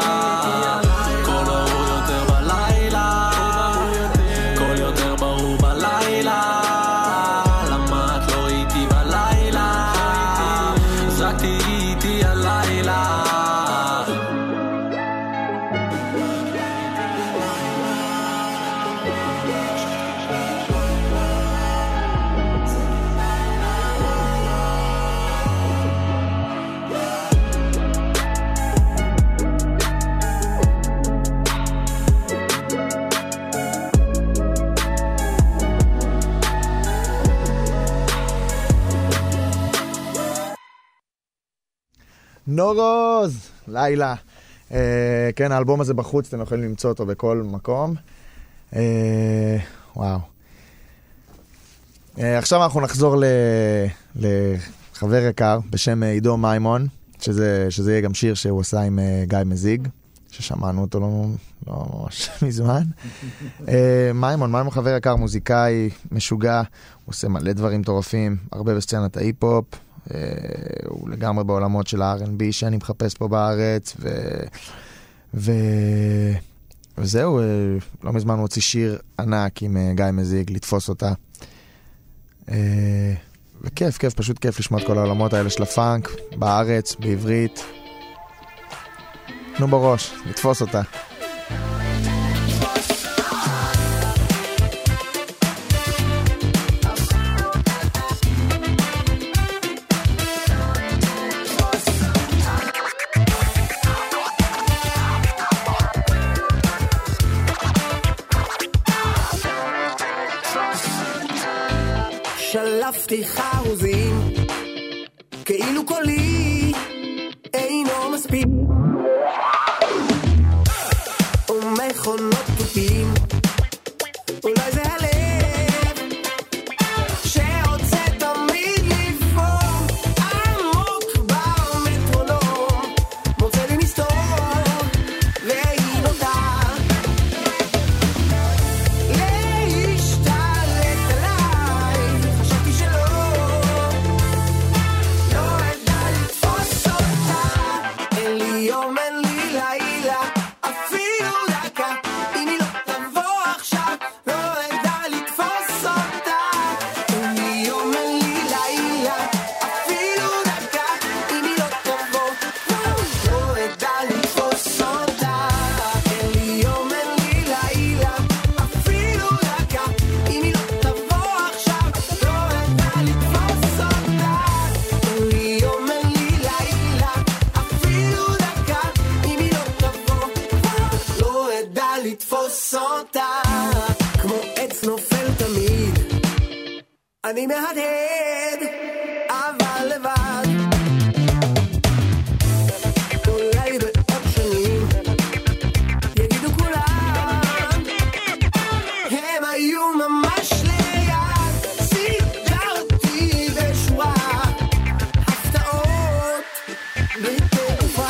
נורוז, לילה. אה, כן, האלבום הזה בחוץ, אתם יכולים למצוא אותו בכל מקום. אה, וואו. אה, עכשיו אנחנו נחזור ל, לחבר יקר בשם עידו מימון, שזה, שזה יהיה גם שיר שהוא עשה עם uh, גיא מזיג, ששמענו אותו לא, לא ממש מזמן. אה, מימון, מימון חבר יקר, מוזיקאי, משוגע, הוא עושה מלא דברים טורפים, הרבה בסצנת ההיפ-הופ, הוא לגמרי בעולמות של ה-אר אנד בי שאני מחפש פה בארץ, ו... ו... וזהו, לא מזמן הוא הוציא שיר ענק עם גיא מזיג, לתפוס אותה. וכיף, כיף, פשוט כיף לשמוע את כל העולמות האלה של הפאנק, בארץ, בעברית. תנו בראש, לתפוס אותה. שלפתי חרוזים כאילו קולי אינו מספיק ומכונות תופים, אולי זה הלב שרוצה תמיד לפעום עמוק במטרונום, מוצא לי מסתור והיא נוטה נופל תמיד, אני מהדהד, אבל לבד. אולי בעוד שנים יגידו כולם, הם היו ממש ליד, סידרתי בשורה, הפתעות בתעופה.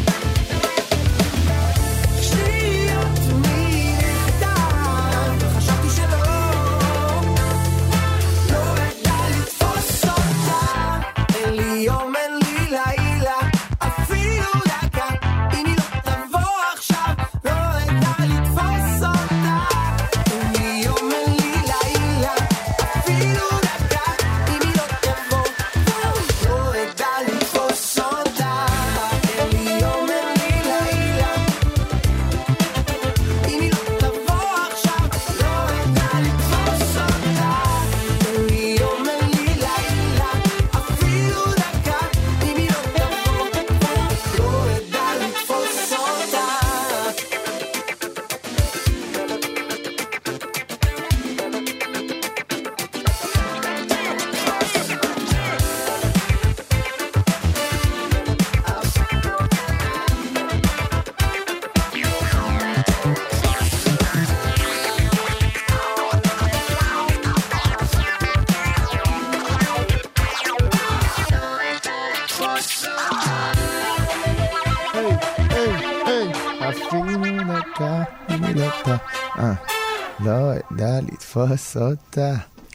לא ידע לתפוס אותה.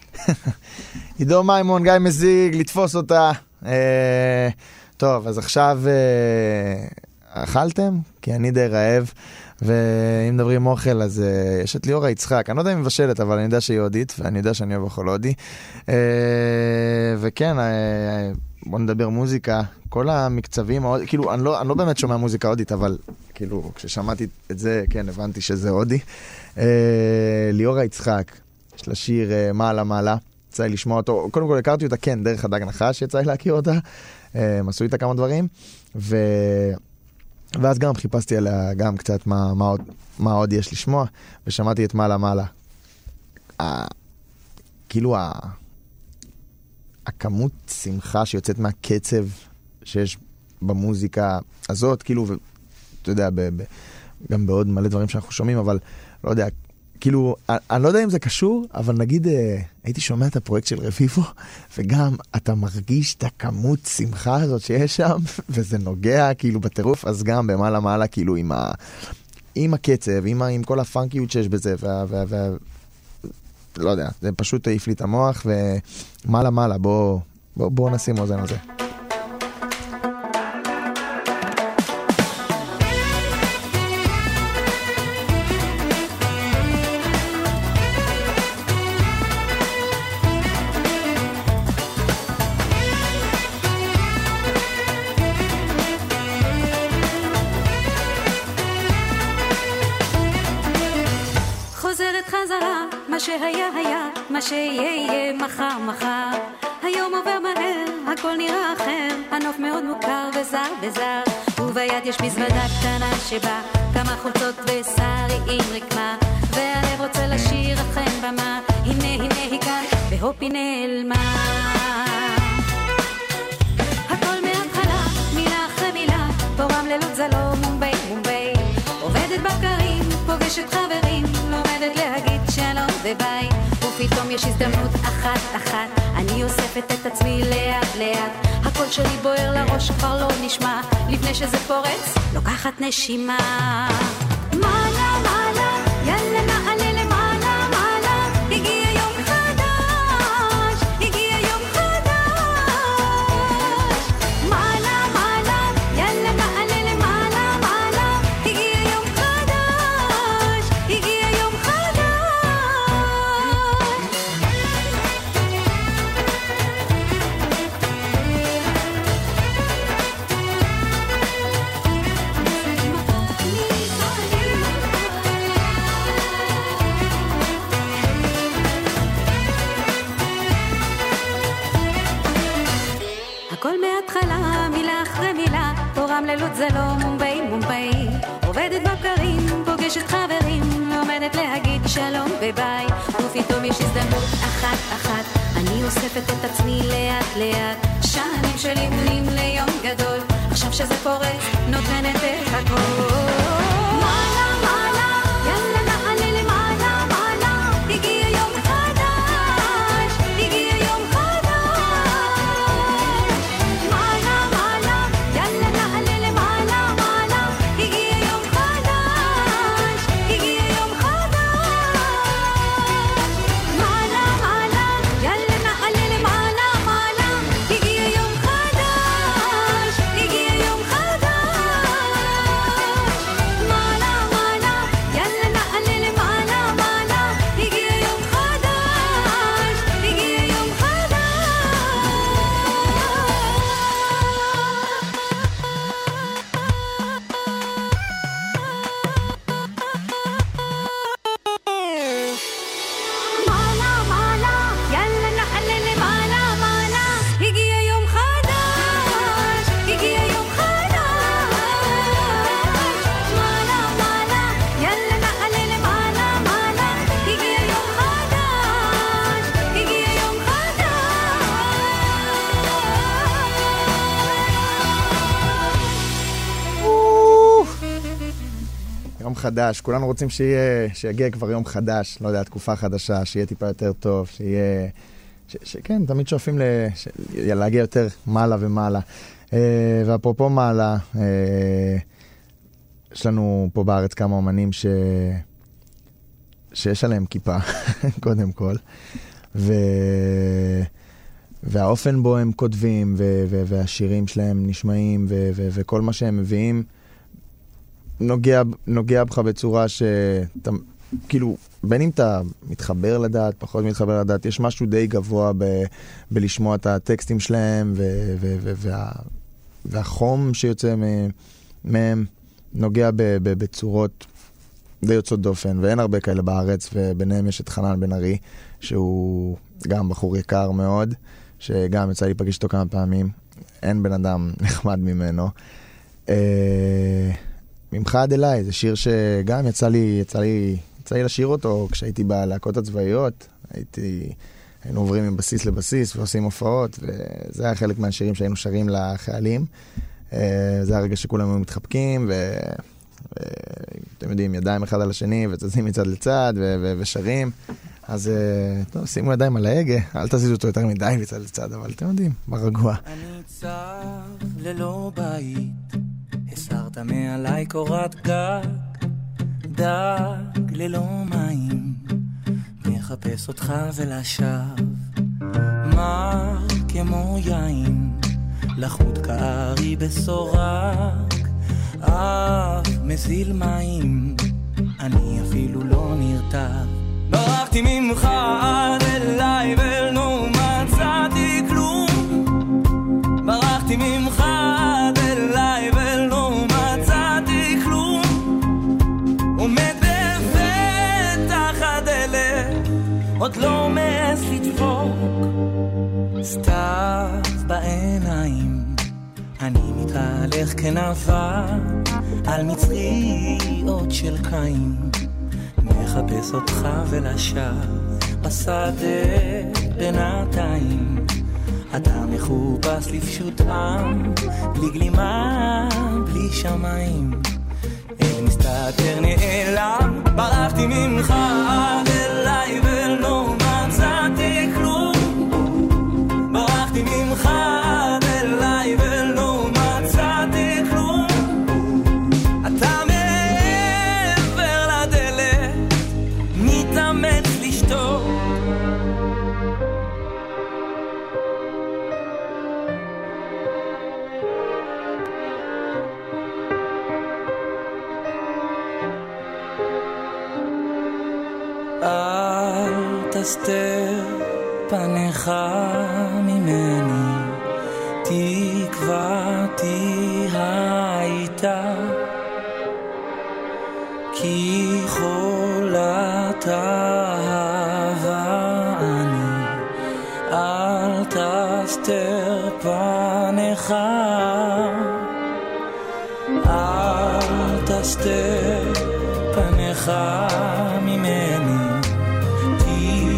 עידו מימון, גיא מזיג, לתפוס אותה. אה, טוב, אז עכשיו אה, אכלתם? כי אני די רעב, ואם מדברים אוכל, אז אה, יש את ליאורה יצחק. אני לא יודע אם מבשלת, אבל אני יודע שהיא הודית, ואני יודע שאני אוהב אוכל הודי. אה, וכן, אה, בוא נדבר מוזיקה. כל המקצבים, כאילו, אני לא, אני לא באמת שומע מוזיקה הודית, אבל כאילו, כששמעתי את זה, כן, הבנתי שזה הודי. אה, ליאורה יצחק, יש לה שיר אה, מעלה מעלה, יצא לי לשמוע אותו, קודם כל הכרתי אותה, כן, דרך הדג נחש שיצא לי להכיר אותה, אה, עשו איתה כמה דברים, ו... ואז גם חיפשתי עליה גם קצת מה, מה, עוד, מה עוד יש לשמוע, ושמעתי את מעלה מעלה. ה... כאילו, ה... הכמות שמחה שיוצאת מהקצב שיש במוזיקה הזאת, כאילו, ואתה יודע, ב... ב... גם בעוד מלא דברים שאנחנו שומעים, אבל לא יודע, כאילו, אני לא יודע אם זה קשור, אבל נגיד, הייתי שומע את הפרויקט של רביבו, וגם אתה מרגיש את הכמות שמחה הזאת שיש שם, וזה נוגע כאילו בטירוף, אז גם במעלה מעלה, כאילו עם, ה... עם הקצב, עם, ה... עם כל הפאנקיות שיש בזה, וה... וה... וה... לא יודע, זה פשוט תעיף לי את המוח, ומעלה מעלה, בוא, בוא, בוא נשים אוזן על זה. שהיה היה, מה שיהיה מחר מחר. היום עובר מהר, הכל נראה אחר, הנוף מאוד מוכר וזר וזר. וביד יש מזוודה קטנה שבה כמה חולצות ושרי עם רקמה, והלב רוצה לשיר אכן במה, הנה הנה היא כאן, והופ היא נעלמה. הכל מהתחלה, מילה אחרי מילה, פה רמלה זה לא מומבי מומבי. עובדת בקרים, פוגשת חברים, לומדת להגיד שלום וביי, ופתאום יש הזדמנות אחת אחת, אני אוספת את עצמי לאט לאט, הקול שלי בוער לראש כבר לא נשמע, לפני שזה פורץ לוקחת נשימה. מעלה מעלה, יאללה נעלה למעלה מעלה, הגיע יום חדש, הגיע יום חדש. מעלה מעלה, יאללה נעלה למעלה מעלה, הגיע יום חדש, הגיע יום חדש. הכל מההתחלה, מילה אחרי מילה, פה רמלה זה לא מומבי מומבי. עובדת בקרים, פוגשת חברים, לומדת להגיד שלום וביי. ופתאום יש הזדמנות אחת אחת, אני אוספת את עצמי לאט לאט, שנים של אימונים ליום גדול, עכשיו שזה פורץ נותנת את הכל. מעלה מעלה יאללה נעלה למעלה מעלה, הגיע יום חדש, הגיע יום חדש. מעלה מעלה יאללה נעלה למעלה מעלה, הגיע יום חדש, הגיע יום חדש. מעלה מעלה יאללה נעלה למעלה מעלה, הגיע יום חדש, הגיע יום חדש. מעלה מעלה יאללה נעלה למעלה מעלה, הגיע יום חדש, הגיע יום חדש. מעלה מעלה יאללה נעלה למעלה מעלה, הגיע יום חדש, הגיע יום חדש. מעלה מעלה יאללה נעלה למעלה מעלה, הגיע יום חדש, הגיע יום יום חדש, כולנו רוצים שיהיה, שיגיע כבר יום חדש, לא יודע, תקופה חדשה, שיהיה טיפה יותר טוב, שיהיה, ש, שכן, תמיד שואפים ל, ש, להגיע יותר מעלה ומעלה. אה, ואפרופו מעלה, אה, יש לנו פה בארץ כמה אומנים ש, שיש עליהם כיפה, קודם כל, ו, והאופן בו הם כותבים, ו, ו, והשירים שלהם נשמעים, ו, ו, וכל מה שהם מביאים, נוגע, נוגע בך בצורה שאתה, כאילו, בין אם אתה מתחבר לדעת, פחות מתחבר לדעת, יש משהו די גבוה ב, בלשמוע את הטקסטים שלהם, ו, ו, ו, וה, והחום שיוצא מהם נוגע ב, ב, בצורות די יוצאות דופן, ואין הרבה כאלה בארץ, וביניהם יש את חנן בן ארי, שהוא גם בחור יקר מאוד, שגם יצא לי פגש אותו כמה פעמים, אין בן אדם נחמד ממנו. אה... ממך עד אליי, זה שיר שגם יצא לי, יצא לי, יצא לי לשיר אותו כשהייתי בלהקות הצבאיות, הייתי, היינו עוברים מבסיס לבסיס ועושים הופעות, וזה היה חלק מהשירים שהיינו שרים לחיילים. זה היה רגע שכולם היו מתחבקים, ואתם יודעים, ידיים אחד על השני, וצזים מצד לצד, ושרים. אז טוב, שימו ידיים על ההגה, אל תזיזו אותו יותר מדי מצד לצד, אבל אתם יודעים, ברגוע. אני צר ללא בית, הסרת מעלי קורת גג, דג ללא מים, מחפש אותך ולשב, מר כמו יין, לחוד כארי בסורק, אף מזיל מים, אני אפילו לא נרתב. ברחתי ממך עד אליי ולא מצאתי כלום, ברחתי ממך עד אליי ולא מצאתי כלום, עומד בפתח הדלת, עוד לא מעז לדפוק, סתיו בעיניים, אני מתהלך כנבל על מצריות של קין, מחפש אותך ולשב בשדה בינתיים, אתה מחופש לפשוט עם, בלי גלימה, בלי שמיים, אין מסתתר נעלם, ברחתי ממך עד אליי ולא מצאתי כלום, ברחתי ממך עד אליי ולא מצאתי כלום, אתה מעבר לדלת, מתאמץ לשתוק, אל תסתר פניך ממני, תקוותי הייתה, כי חולת אהבה אני, אל תסתר פניך, אל תסתר פניך ממני,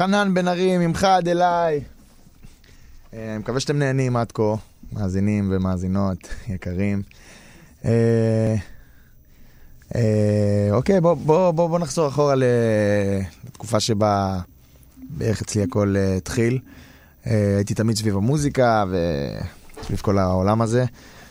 חנן בן ארי, ממך עד אליי. אני מקווה שאתם נהנים עד כה, מאזינים ומאזינות יקרים. אוקיי, בואו נחזור אחורה לתקופה שבה בערך אצלי הכל התחיל. הייתי תמיד סביב המוזיקה וסביב כל העולם הזה,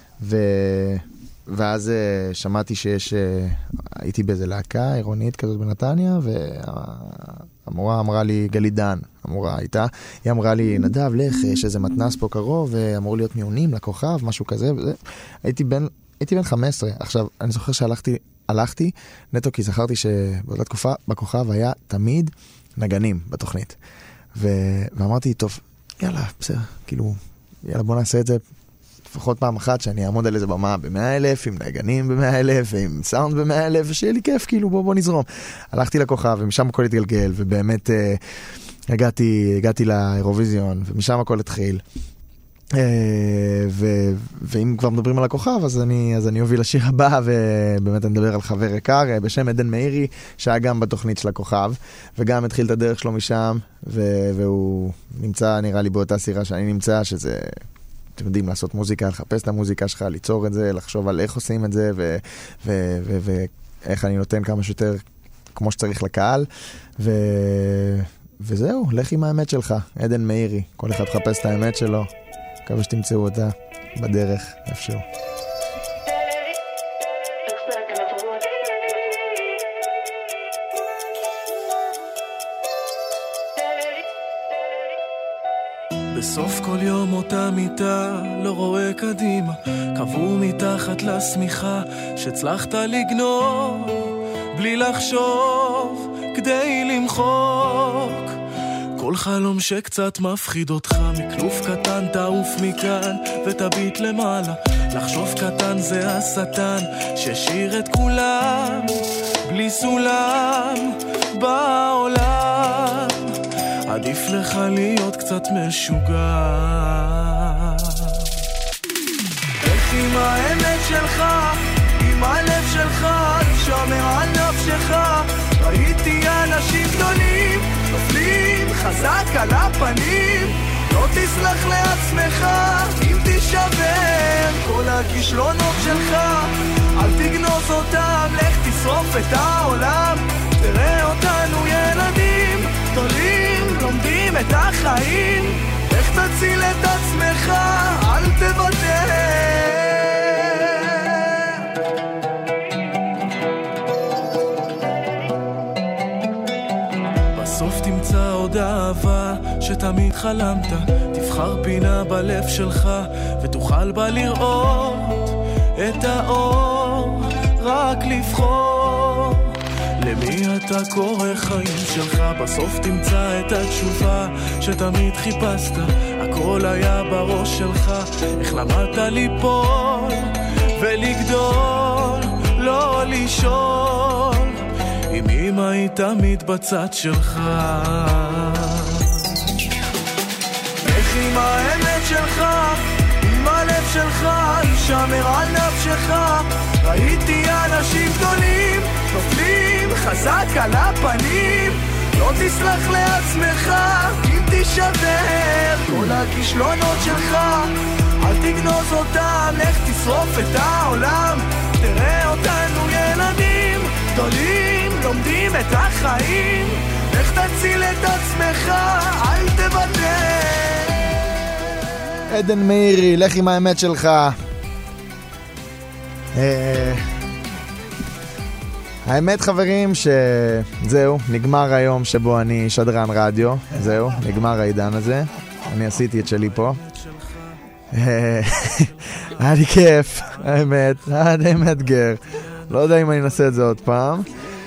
ואז שמעתי שיש, הייתי באיזה להקה עירונית כזאת בנתניה, והמורה אמרה לי, גלית דן, המורה הייתה, היא אמרה לי, נדב, לך, יש איזה מתנס פה קרוב, ואמור להיות מיונים לכוכב, משהו כזה, וזה. הייתי בן, הייתי בן חמש עשרה. עכשיו, אני זוכר שהלכתי, הלכתי, נטו כי זכרתי שבאותה תקופה, בכוכב היה תמיד נגנים בתוכנית. ו... ואמרתי, טוב, יאללה, בסדר, כאילו, יאללה, בוא נעשה את זה לפחות פעם אחת, שאני אעמוד על איזה במה ב-מאה אלף, עם נגנים ב-מאה אלף, ועם סאונד ב-מאה אלף, ושיהיה לי כיף, כאילו, בוא, בוא נזרום. הלכתי לכוכב, ומשם הכל התגלגל, ובאמת אה, הגעתי, הגעתי לאירוויזיון, ומשם הכל התחיל. אה, ו, ואם כבר מדברים על הכוכב, אז אני, אז אני אוביל לשיר הבא, ובאמת אני מדבר על חבר יקר, בשם עדן מאירי, שהיה גם בתוכנית של הכוכב, וגם התחיל את הדרך שלו משם, ו, והוא נמצא, נראה לי, באותה סירה שאני נמצא, שזה... אתם יודעים, לעשות מוזיקה, לחפש את המוזיקה שלך, ליצור את זה, לחשוב על איך עושים את זה, ו- ו- ו- ואיך אני נותן כמה שיותר כמו שצריך לקהל, ו- וזהו, לך עם האמת שלך, עדן מאירי, כל אחד חפש את האמת שלו, מקווה שתמצאו אותה בדרך, איפשהו. בסוף כל יום אותה מיטה, לא רואה קדימה, קבעו מתחת לשמיכה, שהצלחת לגנוב, בלי לחשוב, כדי למחוק. כל חלום שקצת מפחיד אותך, מכלוף קטן תעוף מכאן, ותביט למעלה, לחשוב קטן זה השטן, ששיר את כולם, בלי סולם, בעולם. עדיף לך להיות קצת משוגע. איך עם האמת שלך, עם הלב שלך, שומר על נפשך. ראיתי אנשים גדולים, נופלים חזק על הפנים. לא תסלח לעצמך, אם תשבר כל הכישלונות שלך. אל תגנוז אותם, לך תשרוף את העולם. תראה אותנו ילדים גדולים, לומדים את החיים. איך תציל את עצמך, אל תוותר. בסוף תמצא עוד אהבה שתמיד חלמת. תבחר פינה בלב שלך ותוכל בה לראות את האור, רק לבחור למי אתה קורא חיים שלך. בסוף תמצא את התשובה שתמיד חיפשת, הכל היה בראש שלך. איך למדת ליפול ולגדול, לא לשאול אם אמא היא תמיד בצד שלך. איך עם האמת שלך, עם הלב שלך, ישמר על נפשך. ראיתי אנשים גדולים נופלים חזק על הפנים. לא תסלח לעצמך אם תשבר כל הכישלונות שלך. אל תגנוז אותם, לך תשרוף את העולם. תראה אותנו ילדים גדולים, לומדים את החיים. לך תציל את עצמך, אל תוותר. עדן מאירי, לך עם האמת שלך. האמת חברים שזהו, נגמר היום שבו אני שדרן רדיו. זהו, נגמר העידן הזה. אני עשיתי את שלי פה. היה לי כיף, האמת, היה די מאתגר. לא יודע אם אני אנסה את זה עוד פעם.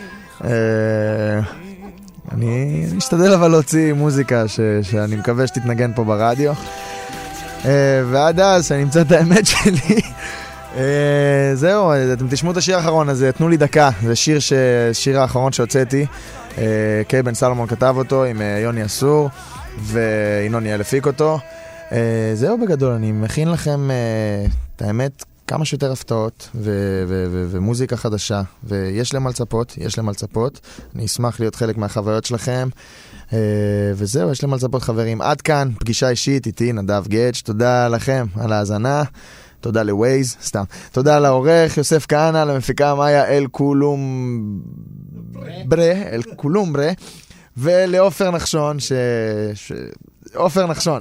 אני אשתדל אבל להוציא מוזיקה שאני מקווה שתתנגן פה ברדיו. ועד אז שאני אמצא את האמת שלי. זהו, אתם תשמעו את השיר האחרון הזה, תנו לי דקה. זה שיר, שיר האחרון שהוצאתי, קיי בן סלומון כתב אותו עם יוני אסור, ואינון יעל הפיק אותו. זהו בגדול, אני מכין לכם את האמת כמה שיותר הפתעות ו- ו- ו- ומוזיקה חדשה, ויש להם על צפות, יש להם על צפות. אני אשמח להיות חלק מהחוויות שלכם. וזהו, יש לי מה לצפות חברים. עד כאן, פגישה אישית איתי, נדב גדג'. תודה לכם על ההאזנה. תודה לווייז, סתם. תודה לעורך יוסף כהנא, למפיקה מאיה אל קולום ברה, אל קולום ברה, ולאופר נחשון, ש... ש... אופר נחשון.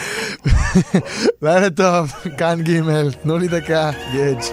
לילה טוב, כאן ג', תנו לי דקה, גדג'.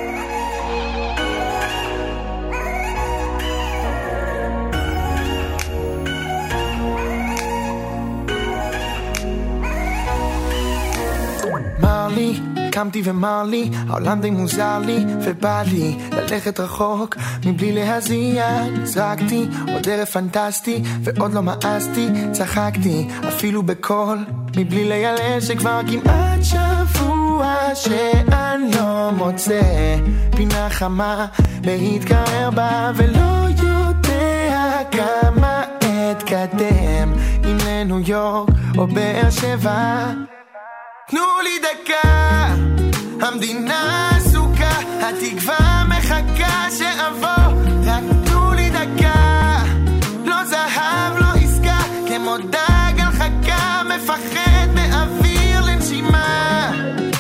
מרלי, קמתי ומר לי, העולם די מוזר לי, ובא לי ללכת רחוק מבלי להזיע. נזרקתי, עוד ערב פנטסטי, ועוד לא מאסתי, צחקתי אפילו בקול, מבלי לילל שכבר כמעט שבוע שאני לא מוצא פינה חמה להתקרר בה, ולא יודע כמה אתקדם, אם לניו יורק או באר שבע. תנו לי דקה, המדינה עסוקה, התקווה מחכה שאבוא, רק תנו לי דקה, לא זהב, לא עסקה, כמו דג על חכה, מפחד מאוויר לנשימה.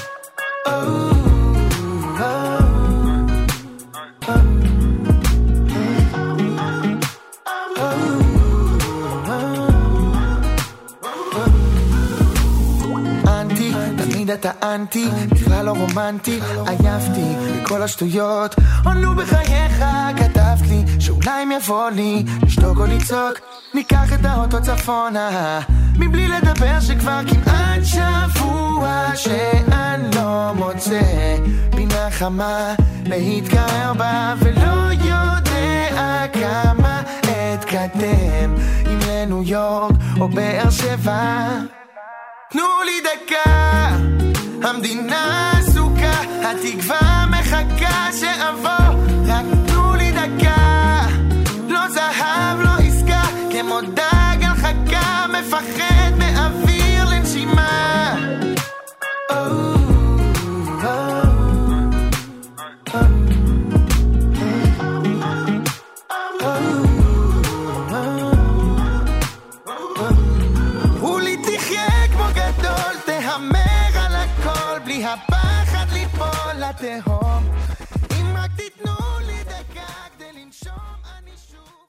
אתה אנטי, בכלל לא רומנטי, עייפתי מכל השטויות, עונו בחייך, כתבת לי שאולי אם יבוא לי לשתוק או לצעוק, ניקח את האוטו צפונה, מבלי לדבר שכבר כמעט שבוע שאני לא מוצא פינה חמה להתקרר בה, ולא יודע כמה אתקדם, אם לניו יורק או באר שבע. תנו לי דקה, המדינה עסוקה, התקווה מחכה שאבוא, רק תנו לי דקה, לא זהב, לא עסקה, כמו דג על חכה, מפחד מאוויר לנשימה. הפחד ליפול לתהום, אם רק תיתנו לי דקה כדי לנשום אני שוב